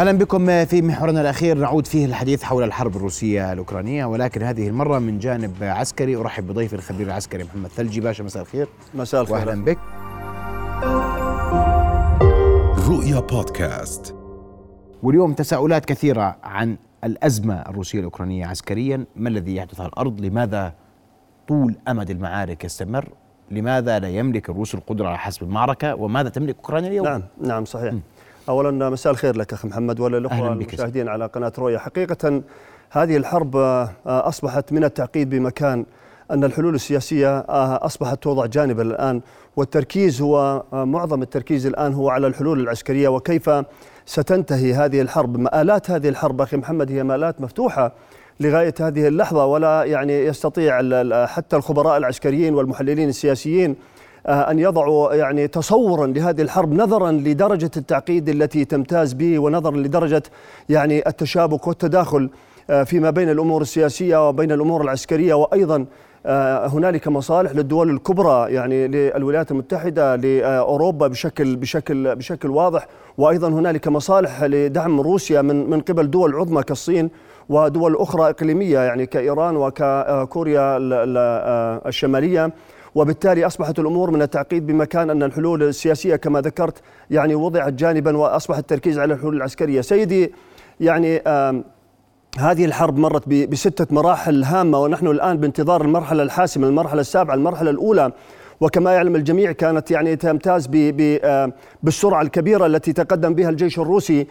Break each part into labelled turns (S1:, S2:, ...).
S1: أهلا بكم في محورنا الأخير نعود فيه الحديث حول الحرب الروسية الأوكرانية، ولكن هذه المرة من جانب عسكري. أرحب بضيفي الخبير العسكري محمد ثلجي. باشا مساء الخير.
S2: مساء الخير
S1: وأهلا بك.
S3: رؤيا بودكاست.
S1: واليوم تساؤلات كثيرة عن الأزمة الروسية الأوكرانية عسكريا. ما الذي يحدث على الأرض؟ لماذا طول أمد المعارك يستمر؟ لماذا لا يملك الروس القدرة على حسم المعركة؟ وماذا تملك أوكرانيا اليوم؟
S2: نعم صحيح. أولا مساء الخير لك أخي محمد وللأخوة المشاهدين على قناة رؤيا. حقيقة هذه الحرب أصبحت من التعقيد بمكان أن الحلول السياسية أصبحت توضع جانبا الآن، والتركيز هو معظم التركيز الآن هو على الحلول العسكرية وكيف ستنتهي هذه الحرب. مآلات هذه الحرب أخي محمد هي مآلات مفتوحة لغاية هذه اللحظة، ولا يعني يستطيع حتى الخبراء العسكريين والمحللين السياسيين أن يضعوا يعني تصورا لهذه الحرب نظرا لدرجة التعقيد التي تمتاز به، ونظرا لدرجة يعني التشابك والتداخل فيما بين الأمور السياسية وبين الأمور العسكرية. وأيضا هنالك مصالح للدول الكبرى، يعني للولايات المتحدة، لأوروبا بشكل واضح، وأيضا هنالك مصالح لدعم روسيا من قبل دول عظمى كالصين ودول أخرى إقليمية يعني كإيران وككوريا الشمالية. وبالتالي أصبحت الأمور من التعقيد بمكان أن الحلول السياسية كما ذكرت يعني وضعت جانبا، وأصبح التركيز على الحلول العسكرية. سيدي، يعني هذه الحرب مرت بستة مراحل هامة، ونحن الآن بانتظار المرحلة الحاسمة، المرحلة السابعة. المرحلة الأولى وكما يعلم الجميع كانت يعني تمتاز بالسرعة الكبيرة التي تقدم بها الجيش الروسي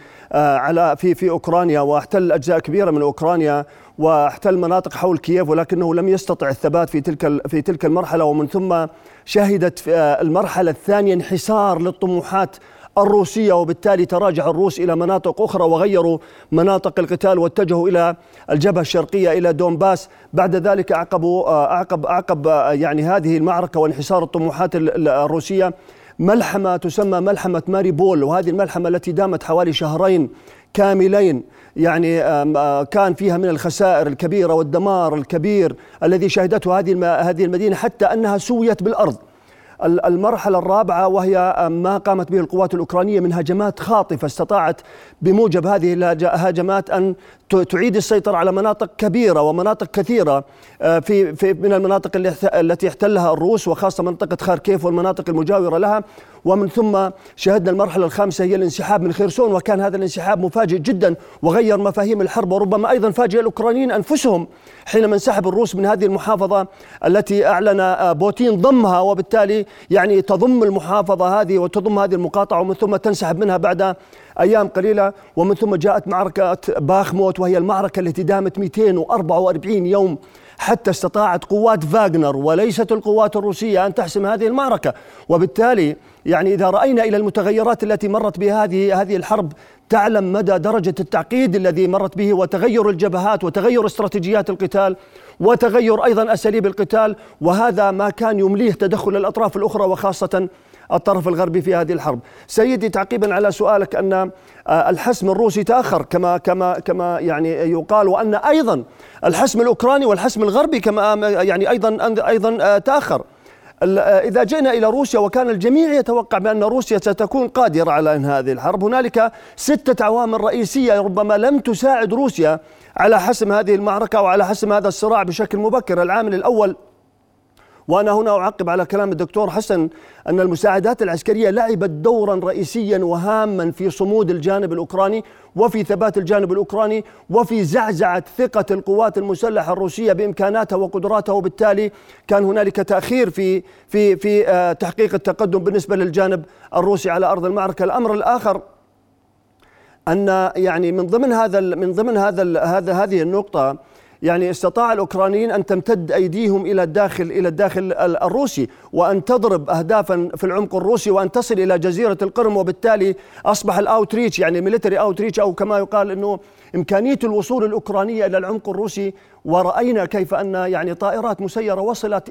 S2: في أوكرانيا، واحتل أجزاء كبيرة من أوكرانيا واحتل مناطق حول كييف، ولكنه لم يستطع الثبات في تلك المرحلة. ومن ثم شهدت في المرحلة الثانية انحسار للطموحات الروسية، وبالتالي تراجع الروس إلى مناطق أخرى وغيروا مناطق القتال واتجهوا إلى الجبهة الشرقية إلى دونباس. بعد ذلك أعقب يعني هذه المعركة وانحسار الطموحات الروسية ملحمة تسمى ملحمة ماريبول، وهذه الملحمة التي دامت حوالي شهرين كاملين، يعني كان فيها من الخسائر الكبيرة والدمار الكبير الذي شهدته هذه المدينة حتى أنها سويت بالأرض. المرحلة الرابعة وهي ما قامت به القوات الأوكرانية من هجمات خاطفة، استطاعت بموجب هذه الهجمات أن تعيد السيطرة على مناطق كبيرة ومناطق كثيرة في من المناطق التي احتلها الروس، وخاصة منطقة خاركيف والمناطق المجاورة لها. ومن ثم شهدنا المرحلة الخامسة هي الانسحاب من خيرسون، وكان هذا الانسحاب مفاجئ جدا وغير مفاهيم الحرب، وربما أيضا فاجئ الأوكرانيين أنفسهم حينما انسحب الروس من هذه المحافظة التي أعلن بوتين ضمها، وبالتالي يعني تضم المحافظة هذه وتضم هذه المقاطعة، ومن ثم تنسحب منها بعد أيام قليلة. ومن ثم جاءت معركة باخموت، وهي المعركة التي دامت 244 يوم حتى استطاعت قوات فاغنر وليست القوات الروسية أن تحسم هذه المعركة. وبالتالي يعني إذا رأينا إلى المتغيرات التي مرت بها هذه الحرب تعلم مدى درجة التعقيد الذي مرت به، وتغير الجبهات وتغير استراتيجيات القتال وتغير أيضا أساليب القتال، وهذا ما كان يمليه تدخل الأطراف الأخرى وخاصة الطرف الغربي في هذه الحرب. سيدي، تعقيبا على سؤالك أن الحسم الروسي تأخر كما يعني يقال، وأن أيضا الحسم الأوكراني والحسم الغربي كما يعني أيضا تأخر. إذا جئنا إلى روسيا وكان الجميع يتوقع بأن روسيا ستكون قادرة على إنهاء هذه الحرب، هنالك 6 عوامل رئيسية ربما لم تساعد روسيا على حسم هذه المعركة وعلى حسم هذا الصراع بشكل مبكر. العامل الأول، وأنا هنا أعقب على كلام الدكتور حسن، أن المساعدات العسكرية لعبت دورا رئيسيا وهاما في صمود الجانب الأوكراني وفي ثبات الجانب الأوكراني وفي زعزعة ثقة القوات المسلحة الروسية بإمكاناتها وقدراتها، وبالتالي كان هنالك تأخير في تحقيق التقدم بالنسبة للجانب الروسي على أرض المعركة. الأمر الآخر أن يعني من ضمن هذه النقطة يعني استطاع الأوكرانيين أن تمتد أيديهم إلى الداخل الروسي، وأن تضرب أهدافا في العمق الروسي، وأن تصل إلى جزيرة القرم. وبالتالي أصبح الأوتريتش يعني ميليتري أوتريتش، أو كما يقال أنه إمكانية الوصول الأوكرانية إلى العمق الروسي. ورأينا كيف أن يعني طائرات مسيرة وصلت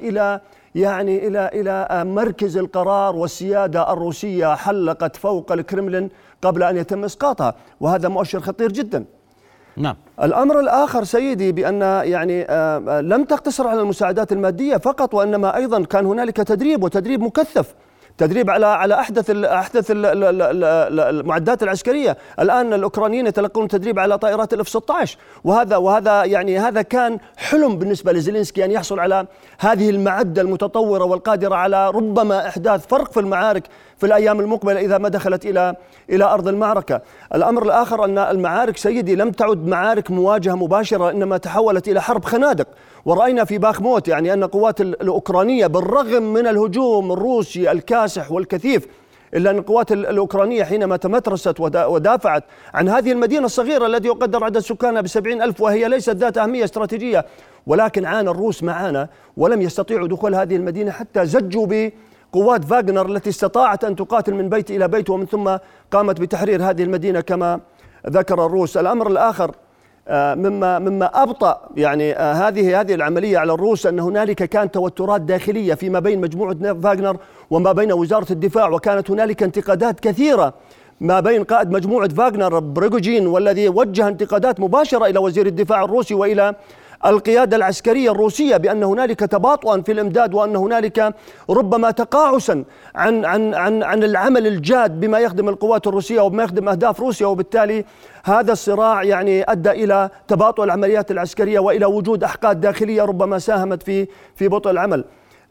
S2: إلى مركز القرار والسيادة الروسية، حلقت فوق الكرملين قبل أن يتم إسقاطها، وهذا مؤشر خطير جدا.
S1: نعم.
S2: الأمر الآخر سيدي بأن يعني لم تقتصر على المساعدات المادية فقط، وإنما أيضا كان هنالك تدريب مكثف تدريب على أحدث المعدات العسكرية. الآن الأوكرانيين يتلقون تدريب على طائرات F-16، وهذا يعني هذا كان حلم بالنسبة لزيلينسكي أن يحصل على هذه المعدة المتطورة والقادرة على ربما إحداث فرق في المعارك في الأيام المقبلة إذا ما دخلت إلى أرض المعركة. الأمر الآخر أن المعارك سيدي لم تعد معارك مواجهة مباشرة، إنما تحولت إلى حرب خنادق. ورأينا في باخموت يعني أن القوات الأوكرانية بالرغم من الهجوم الروسي الكاسح والكثيف، إلا أن القوات الأوكرانية حينما تمترست ودافعت عن هذه المدينة الصغيرة التي يقدر عدد سكانها ب70,000 وهي ليست ذات أهمية استراتيجية، ولكن عانى الروس معانا ولم يستطيعوا دخول هذه المدينة حتى زجوا بقوات فاغنر التي استطاعت أن تقاتل من بيت إلى بيت، ومن ثم قامت بتحرير هذه المدينة كما ذكر الروس. الأمر الآخر مما أبطأ يعني هذه العملية على الروس أن هنالك كان توترات داخلية فيما بين مجموعة فاغنر وما بين وزارة الدفاع، وكانت هنالك انتقادات كثيرة ما بين قائد مجموعة فاغنر بريغوجين، والذي وجه انتقادات مباشرة إلى وزير الدفاع الروسي وإلى القيادة العسكرية الروسية بأن هنالك تباطؤا في الإمداد، وأن هنالك ربما تقاعسا عن العمل الجاد بما يخدم القوات الروسية وبما يخدم أهداف روسيا، وبالتالي هذا الصراع يعني أدى إلى تباطؤ العمليات العسكرية وإلى وجود أحقاد داخلية ربما ساهمت في بطء العمل.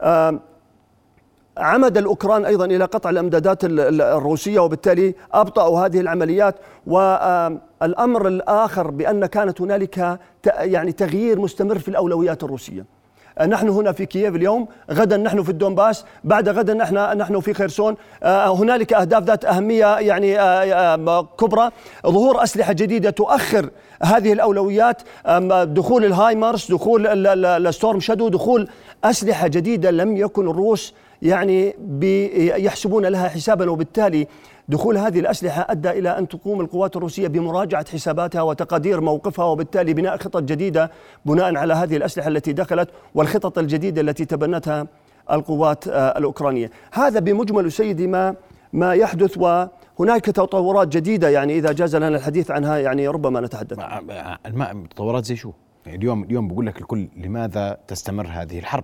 S2: عمد الأوكران أيضا إلى قطع الأمدادات الروسية، وبالتالي أبطأوا هذه العمليات. والأمر الآخر بأن كانت هنالك يعني تغيير مستمر في الأولويات الروسية. نحن هنا في كييف اليوم، غدا نحن في الدونباس، بعد غدا نحن في خيرسون. هنالك أهداف ذات أهمية يعني كبرى، ظهور أسلحة جديدة تؤخر هذه الأولويات، دخول الهايمارس، دخول الستورم شادو، دخول أسلحة جديدة لم يكن الروس يعني يحسبون لها حسابا، وبالتالي دخول هذه الأسلحة أدى إلى أن تقوم القوات الروسية بمراجعة حساباتها وتقدير موقفها، وبالتالي بناء خطط جديدة بناء على هذه الأسلحة التي دخلت والخطط الجديدة التي تبنتها القوات الأوكرانية. هذا بمجمل سيدي ما يحدث، وهناك تطورات جديدة يعني إذا جاز لنا الحديث عنها يعني ربما نتحدث.
S1: تطورات زي شو؟ يعني اليوم بقول لك الكل لماذا تستمر هذه الحرب؟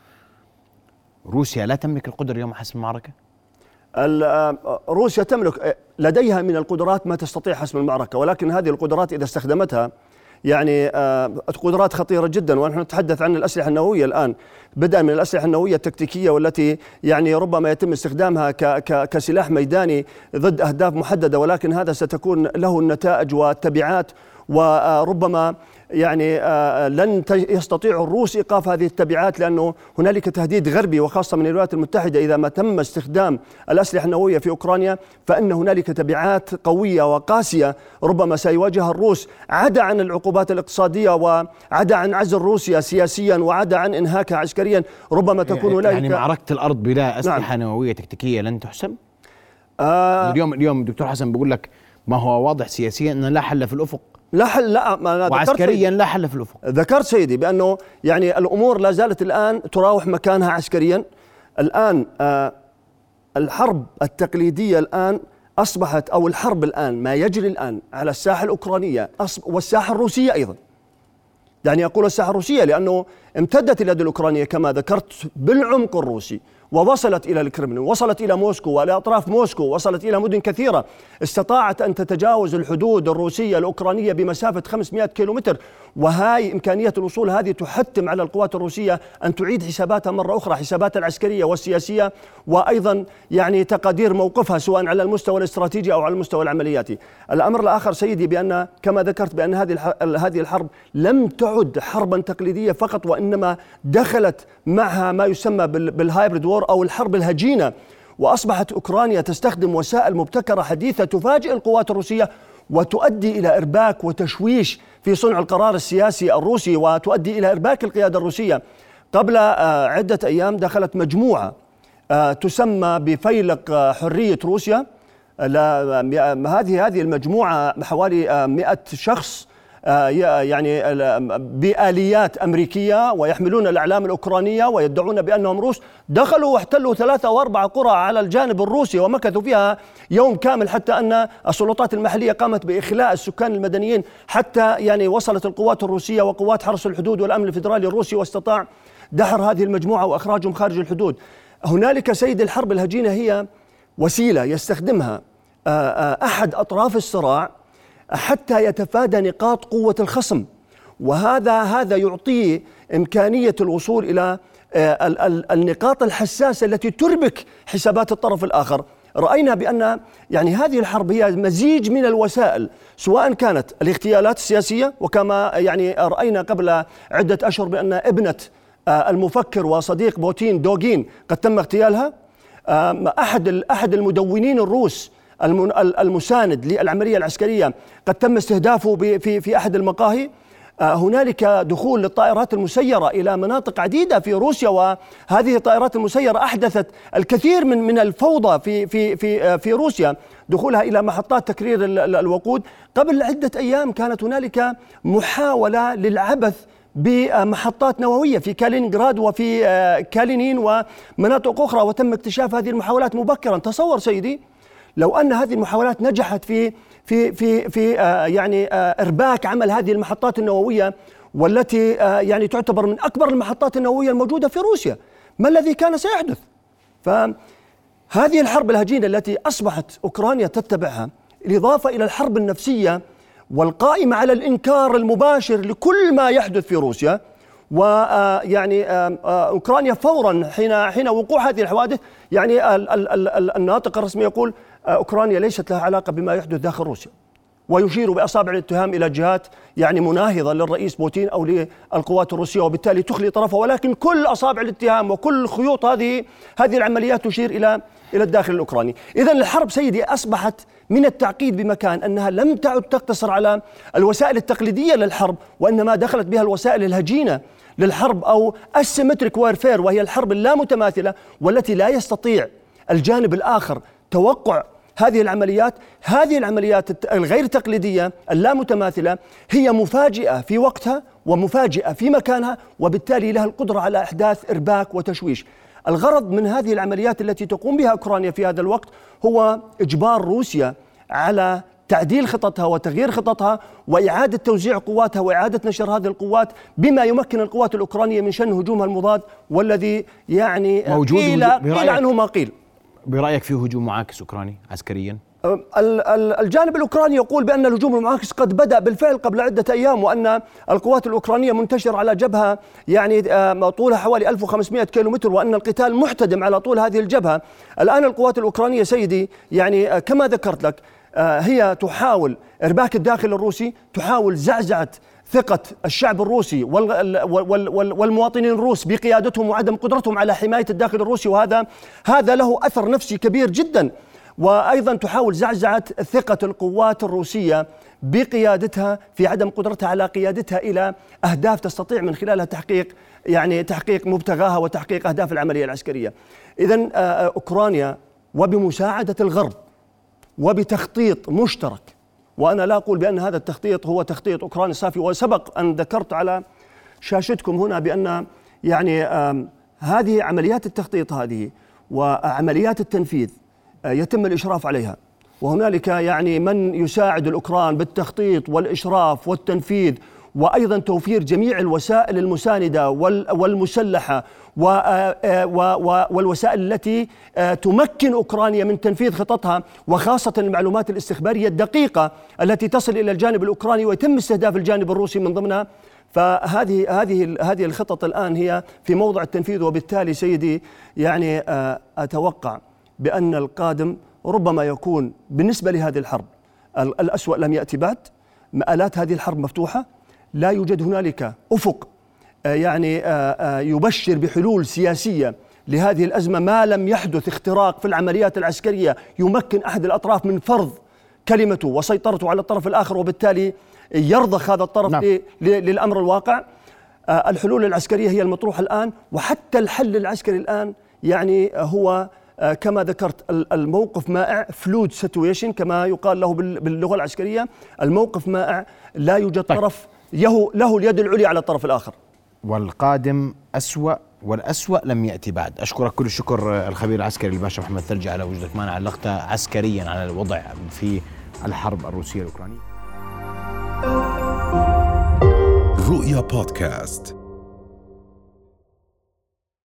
S1: روسيا لا تملك القدرة اليوم حسم المعركة؟
S2: روسيا تملك لديها من القدرات ما تستطيع حسم المعركة، ولكن هذه القدرات إذا استخدمتها يعني قدرات خطيرة جدا. ونحن نتحدث عن الأسلحة النووية الآن، بدءا من الأسلحة النووية التكتيكية والتي يعني ربما يتم استخدامها كسلاح ميداني ضد أهداف محددة، ولكن هذا ستكون له النتائج والتبعات، وربما يعني لن يستطيع الروس إيقاف هذه التبعات، لأنه هنالك تهديد غربي وخاصة من الولايات المتحدة. إذا ما تم استخدام الأسلحة النووية في أوكرانيا فإن هنالك تبعات قوية وقاسية ربما سيواجهها الروس، عدا عن العقوبات الاقتصادية وعدا عن عزل روسيا سياسيا وعدا عن إنهاكها عسكريا. ربما تكون هنالك
S1: يعني معركة الأرض بلا أسلحة نووية تكتيكية لن تحسم؟ اليوم دكتور حسن بيقول لك ما هو واضح سياسيا أنه لا حل في الأفق،
S2: لا حل، لا
S1: وعسكريا لا حل في الأفق.
S2: ذكرت سيدي بأنه يعني الأمور لا زالت الآن تراوح مكانها عسكريا. الآن الحرب التقليدية الآن أصبحت، أو الحرب الآن ما يجري الآن على الساحة الأوكرانية والساحة الروسية أيضا، يعني أقول الساحة الروسية لأنه امتدت اليد الأوكرانية كما ذكرت بالعمق الروسي، ووصلت إلى الكرملين، وصلت إلى موسكو وإلى أطراف موسكو، وصلت إلى مدن كثيرة، استطاعت أن تتجاوز الحدود الروسية الأوكرانية بمسافة 500 كيلومتر. وهاي إمكانية الوصول هذه تحتم على القوات الروسية أن تعيد حساباتها مرة أخرى، حساباتها العسكرية والسياسية، وأيضا يعني تقدير موقفها سواء على المستوى الاستراتيجي أو على المستوى العملياتي. الأمر الآخر سيدي بأن كما ذكرت بأن هذه الحرب لم تعد حربا تقليدية فقط، وإنما دخلت معها ما يسمى بالهايبريد وور أو الحرب الهجينة، وأصبحت أوكرانيا تستخدم وسائل مبتكرة حديثة تفاجئ القوات الروسية وتؤدي إلى إرباك وتشويش في صنع القرار السياسي الروسي، وتؤدي إلى إرباك القيادة الروسية. قبل عدة أيام دخلت مجموعة تسمى بفيلق حرية روسيا. هذه المجموعة حوالي 100 شخص يعني بآليات أمريكية ويحملون الأعلام الأوكرانية ويدعون بأنهم روس، دخلوا واحتلوا 3 أو 4 قرى على الجانب الروسي ومكثوا فيها يوم كامل، حتى أن السلطات المحلية قامت بإخلاء السكان المدنيين، حتى يعني وصلت القوات الروسية وقوات حرس الحدود والأمن الفيدرالي الروسي واستطاع دحر هذه المجموعة وإخراجهم خارج الحدود. هنالك سيد الحرب الهجينة هي وسيلة يستخدمها أحد أطراف الصراع حتى يتفادى نقاط قوة الخصم، وهذا يعطيه إمكانية الوصول إلى النقاط الحساسة التي تربك حسابات الطرف الآخر. رأينا بأن يعني هذه الحرب هي مزيج من الوسائل، سواء كانت الاغتيالات السياسية، وكما يعني رأينا قبل عدة أشهر بأن ابنة المفكر وصديق بوتين دوغين قد تم اغتيالها. أحد المدونين الروس المساند للعملية العسكرية قد تم استهدافه في أحد المقاهي. هنالك دخول للطائرات المسيرة إلى مناطق عديدة في روسيا، وهذه الطائرات المسيرة أحدثت الكثير من الفوضى في روسيا، دخولها إلى محطات تكرير الوقود. قبل عدة أيام كانت هنالك محاولة للعبث بمحطات نووية في كالينغراد وفي كالينين ومناطق أخرى، وتم اكتشاف هذه المحاولات مبكرا. تصور سيدي لو أن هذه المحاولات نجحت في يعني إرباك عمل هذه المحطات النووية، والتي يعني تعتبر من أكبر المحطات النووية الموجودة في روسيا، ما الذي كان سيحدث؟ فهذه الحرب الهجينة التي أصبحت أوكرانيا تتبعها، بالإضافة إلى الحرب النفسية والقائمة على الإنكار المباشر لكل ما يحدث في روسيا، ويعني أوكرانيا فورا حين وقوع هذه الحوادث، يعني الناطق الرسمي يقول أوكرانيا ليست لها علاقة بما يحدث داخل روسيا، ويشير بأصابع الاتهام إلى جهات يعني مناهضة للرئيس بوتين أو للقوات الروسية، وبالتالي تخلي طرفه. ولكن كل أصابع الاتهام وكل خيوط هذه العمليات تشير إلى الداخل الأوكراني. إذن الحرب سيدي أصبحت من التعقيد بمكان أنها لم تعد تقتصر على الوسائل التقليدية للحرب، وإنما دخلت بها الوسائل الهجينة للحرب أو asymmetric warfare، وهي الحرب اللامتماثلة والتي لا يستطيع الجانب الآخر توقع هذه العمليات الغير تقليدية اللامتماثلة هي مفاجئة في وقتها ومفاجئة في مكانها، وبالتالي لها القدرة على إحداث إرباك وتشويش. الغرض من هذه العمليات التي تقوم بها أوكرانيا في هذا الوقت هو إجبار روسيا على تعديل خططها وتغيير خططها وإعادة توزيع قواتها وإعادة نشر هذه القوات، بما يمكن القوات الأوكرانية من شن هجومها المضاد، والذي يعني قيل عنه ما قيل.
S1: برأيك في هجوم معاكس أوكراني عسكريا؟
S2: الجانب الأوكراني يقول بأن الهجوم المعاكس قد بدأ بالفعل قبل عدة أيام، وأن القوات الأوكرانية منتشرة على جبهة يعني طولها حوالي 1500 كيلومتر، وأن القتال محتدم على طول هذه الجبهة. الآن القوات الأوكرانية سيدي يعني كما ذكرت لك هي تحاول إرباك الداخل الروسي، تحاول زعزعة ثقة الشعب الروسي والمواطنين الروس بقيادتهم وعدم قدرتهم على حماية الداخل الروسي، وهذا له أثر نفسي كبير جدا. وأيضا تحاول زعزعة ثقة القوات الروسية بقيادتها في عدم قدرتها على قيادتها إلى أهداف تستطيع من خلالها تحقيق مبتغاها وتحقيق أهداف العملية العسكرية. إذن أوكرانيا وبمساعدة الغرب وبتخطيط مشترك، وأنا لا أقول بأن هذا التخطيط هو تخطيط أوكراني صافي، وسبق أن ذكرت على شاشتكم هنا بأن يعني هذه عمليات التخطيط هذه وعمليات التنفيذ يتم الإشراف عليها، وهنالك يعني من يساعد الأوكران بالتخطيط والإشراف والتنفيذ، وأيضا توفير جميع الوسائل المساندة والمسلحة والوسائل التي تمكن أوكرانيا من تنفيذ خططها، وخاصة المعلومات الاستخبارية الدقيقة التي تصل إلى الجانب الأوكراني ويتم استهداف الجانب الروسي من ضمنها. فهذه الخطط الآن هي في موضع التنفيذ، وبالتالي سيدي يعني أتوقع بأن القادم ربما يكون بالنسبة لهذه الحرب الأسوأ لم يأتي بعد. مآلات هذه الحرب مفتوحة، لا يوجد هنالك أفق يعني يبشر بحلول سياسية لهذه الأزمة ما لم يحدث اختراق في العمليات العسكرية يمكن أحد الأطراف من فرض كلمته وسيطرته على الطرف الآخر، وبالتالي يرضخ هذا الطرف للأمر الواقع. الحلول العسكرية هي المطروحة الآن، وحتى الحل العسكري الآن يعني هو كما ذكرت الموقف مائع، فلويد سيتويشن كما يقال له باللغة العسكرية. الموقف مائع، لا يوجد طرف له اليد العليا على الطرف الآخر،
S1: والقادم أسوأ والأسوأ لم يأتي بعد. أشكرك كل الشكر الخبير العسكري الباشا محمد ثلجي على وجودك معنا، علقت عسكريا على الوضع في الحرب الروسية الأوكرانية.
S3: رؤيا بودكاست.